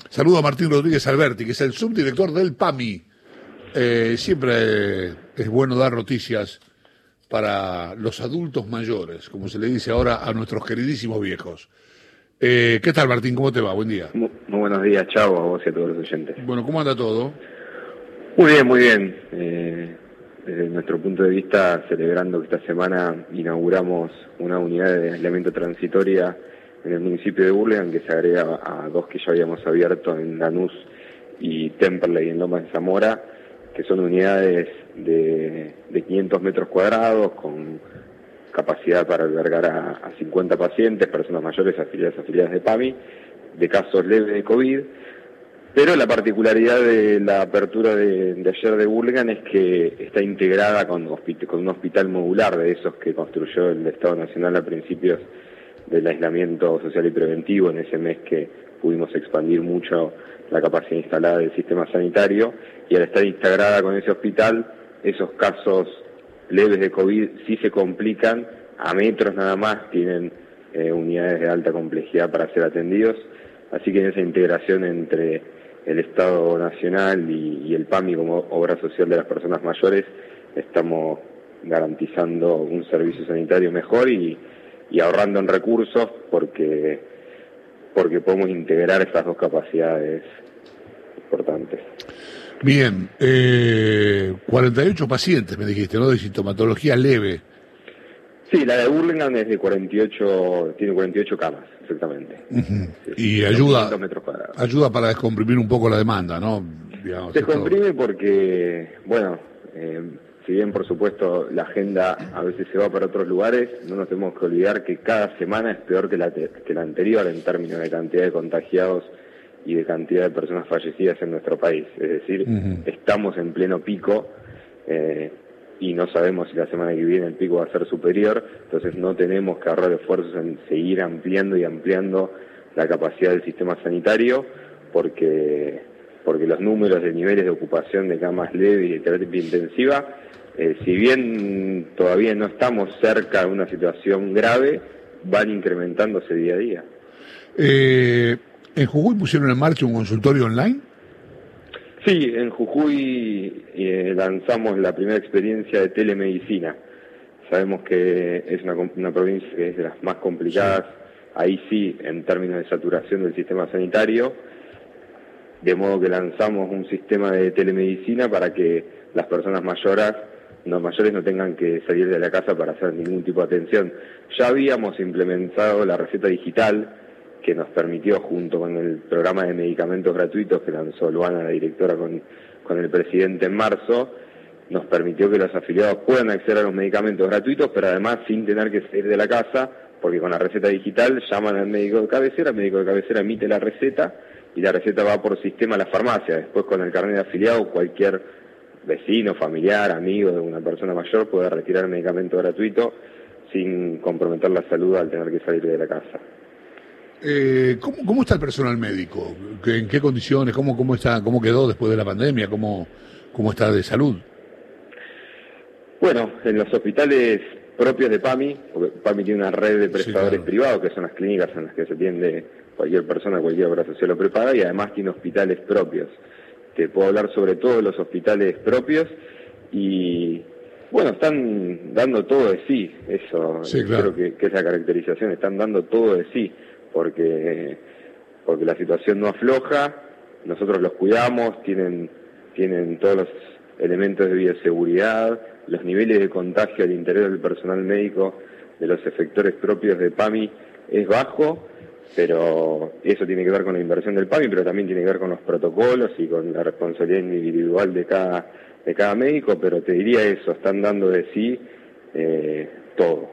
Saludo a Martín Rodríguez Alberti, que es el subdirector del PAMI. Siempre es bueno dar noticias para los adultos mayores, como se le dice ahora a nuestros queridísimos viejos. ¿Qué tal, Martín? ¿Cómo te va? Buen día. Muy buenos días, Chavo, a vos y a todos los oyentes. Bueno, ¿cómo anda todo? Muy bien, muy bien. Desde nuestro punto de vista, celebrando que esta semana inauguramos una unidad de aislamiento transitoria en el municipio de Hurlingham, que se agrega a dos que ya habíamos abierto en Lanús y Temperley en Lomas de Zamora, que son unidades de 500 metros cuadrados con capacidad para albergar a 50 pacientes, personas mayores afiliadas de PAMI, de casos leves de COVID. Pero la particularidad de la apertura de ayer de Hurlingham es que está integrada con un hospital modular de esos que construyó el Estado Nacional a principios del aislamiento social y preventivo, en ese mes que pudimos expandir mucho la capacidad instalada del sistema sanitario, y al estar integrada con ese hospital, esos casos leves de COVID sí se complican, a metros nada más, tienen unidades de alta complejidad para ser atendidos, así que en esa integración entre el Estado Nacional y el PAMI como obra social de las personas mayores, estamos garantizando un servicio sanitario mejor y ahorrando en recursos porque podemos integrar estas dos capacidades importantes. Bien, 48 pacientes me dijiste, ¿no? De sintomatología leve. Sí, la de Hurlingham es de 48, tiene 48 camas, exactamente. Uh-huh. Sí, Y ayuda para descomprimir un poco la demanda, ¿no? Digamos, descomprime porque, bueno, si bien por supuesto la agenda a veces se va para otros lugares, no nos tenemos que olvidar que cada semana es peor que la anterior en términos de cantidad de contagiados y de cantidad de personas fallecidas en nuestro país. Es decir, estamos en pleno pico y no sabemos si la semana que viene el pico va a ser superior, entonces no tenemos que ahorrar esfuerzos en seguir ampliando la capacidad del sistema sanitario porque los números de niveles de ocupación de camas leves y de terapia intensiva, si bien todavía no estamos cerca de una situación grave, van incrementándose día a día. ¿En Jujuy pusieron en marcha un consultorio online? Sí, en Jujuy lanzamos la primera experiencia de telemedicina. Sabemos que es una provincia que es de las más complicadas, sí. Ahí sí, en términos de saturación del sistema sanitario, de modo que lanzamos un sistema de telemedicina para que las personas mayores no tengan que salir de la casa para hacer ningún tipo de atención. Ya habíamos implementado la receta digital, que nos permitió, junto con el programa de medicamentos gratuitos que lanzó Luana, la directora, con el presidente en marzo, nos permitió que los afiliados puedan acceder a los medicamentos gratuitos, pero además sin tener que salir de la casa, porque con la receta digital llaman al médico de cabecera, el médico de cabecera emite la receta, y la receta va por sistema a la farmacia. Después, con el carnet de afiliado, cualquier vecino, familiar, amigo de una persona mayor puede retirar el medicamento gratuito sin comprometer la salud al tener que salir de la casa. ¿Cómo está el personal médico? ¿En qué condiciones? ¿Cómo está? ¿Cómo quedó después de la pandemia? ¿Cómo está de salud? Bueno, en los hospitales propios de PAMI, porque PAMI tiene una red de prestadores, sí, claro, privados, que son las clínicas en las que se atiende cualquier persona, cualquier obra social o prepaga, y además tiene hospitales propios. Te puedo hablar sobre todos los hospitales propios y, bueno, están dando todo de sí, eso, sí, claro. Creo que es la caracterización, están dando todo de sí. Porque la situación no afloja, nosotros los cuidamos, tienen todos los elementos de bioseguridad, los niveles de contagio al interior del personal médico de los efectores propios de PAMI es bajo, pero eso tiene que ver con la inversión del PAMI, pero también tiene que ver con los protocolos y con la responsabilidad individual de cada médico, pero te diría eso, están dando de sí todo.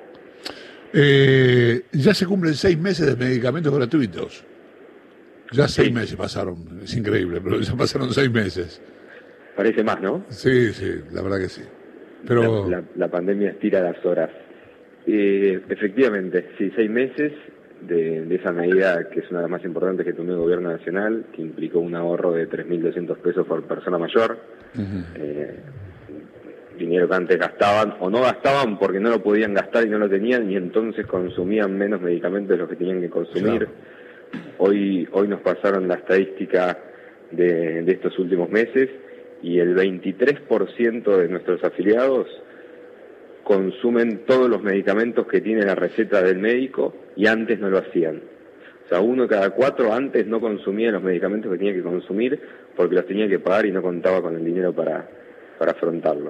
Ya se cumplen 6 meses de medicamentos gratuitos. Ya 6 meses pasaron, es increíble, pero ya pasaron 6 meses. Parece más, ¿no? Sí, la verdad que sí. Pero la pandemia estira las horas. Efectivamente, sí, 6 meses de esa medida que es una de las más importantes que tomó el gobierno nacional, que implicó un ahorro de 3.200 pesos por persona mayor. Dinero que antes gastaban o no gastaban porque no lo podían gastar y no lo tenían, y entonces consumían menos medicamentos de los que tenían que consumir. Claro. Hoy nos pasaron la estadística de estos últimos meses y el 23% de nuestros afiliados consumen todos los medicamentos que tiene la receta del médico y antes no lo hacían. O sea, 1 de cada 4 antes no consumía los medicamentos que tenía que consumir porque los tenía que pagar y no contaba con el dinero para afrontarlo.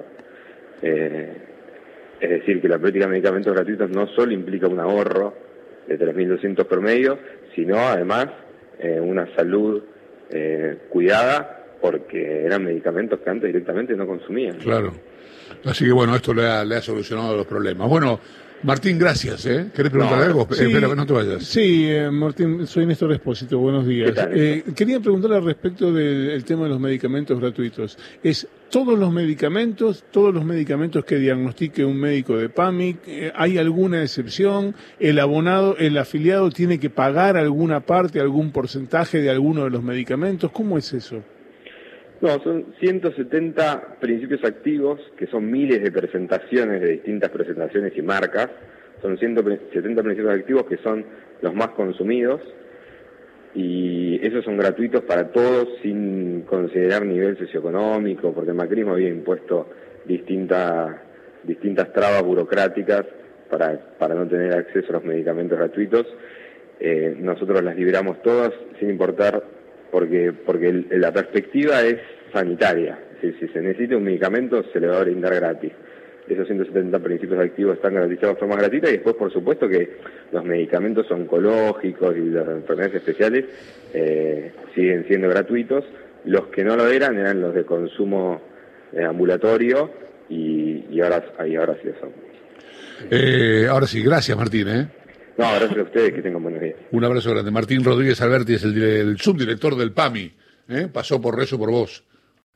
Es decir, que la política de medicamentos gratuitos no solo implica un ahorro de 3.200 por medio, sino además una salud cuidada, porque eran medicamentos que antes directamente no consumían. Claro. Así que bueno, esto le ha solucionado los problemas. Bueno, Martín, gracias. ¿Querés preguntar algo? Sí, Espera, no te vayas. Sí, Martín, soy Néstor Espósito, buenos días. ¿Qué tal, quería preguntarle al respecto del tema de los medicamentos gratuitos. ¿Es todos los medicamentos que diagnostique un médico de PAMI? ¿Hay alguna excepción? ¿El afiliado tiene que pagar alguna parte, algún porcentaje de alguno de los medicamentos? ¿Cómo es eso? No, son 170 principios activos, que son miles de presentaciones, de distintas presentaciones y marcas. Son 170 principios activos que son los más consumidos, y esos son gratuitos para todos sin considerar nivel socioeconómico, porque el macrismo había impuesto distintas trabas burocráticas para no tener acceso a los medicamentos gratuitos. Nosotros las liberamos todas sin importar, porque la perspectiva es sanitaria. Si se necesita un medicamento, se le va a brindar gratis. Esos 170 principios activos están garantizados de forma gratuita, y después, por supuesto, que los medicamentos oncológicos y las enfermedades especiales siguen siendo gratuitos. Los que no lo eran los de consumo ambulatorio, y ahora sí lo son. Ahora sí, gracias, Martín. No, gracias a ustedes, que tengan buenos días. Un abrazo grande. Martín Rodríguez Alberti es el subdirector del PAMI. Pasó por Rezo por Vos.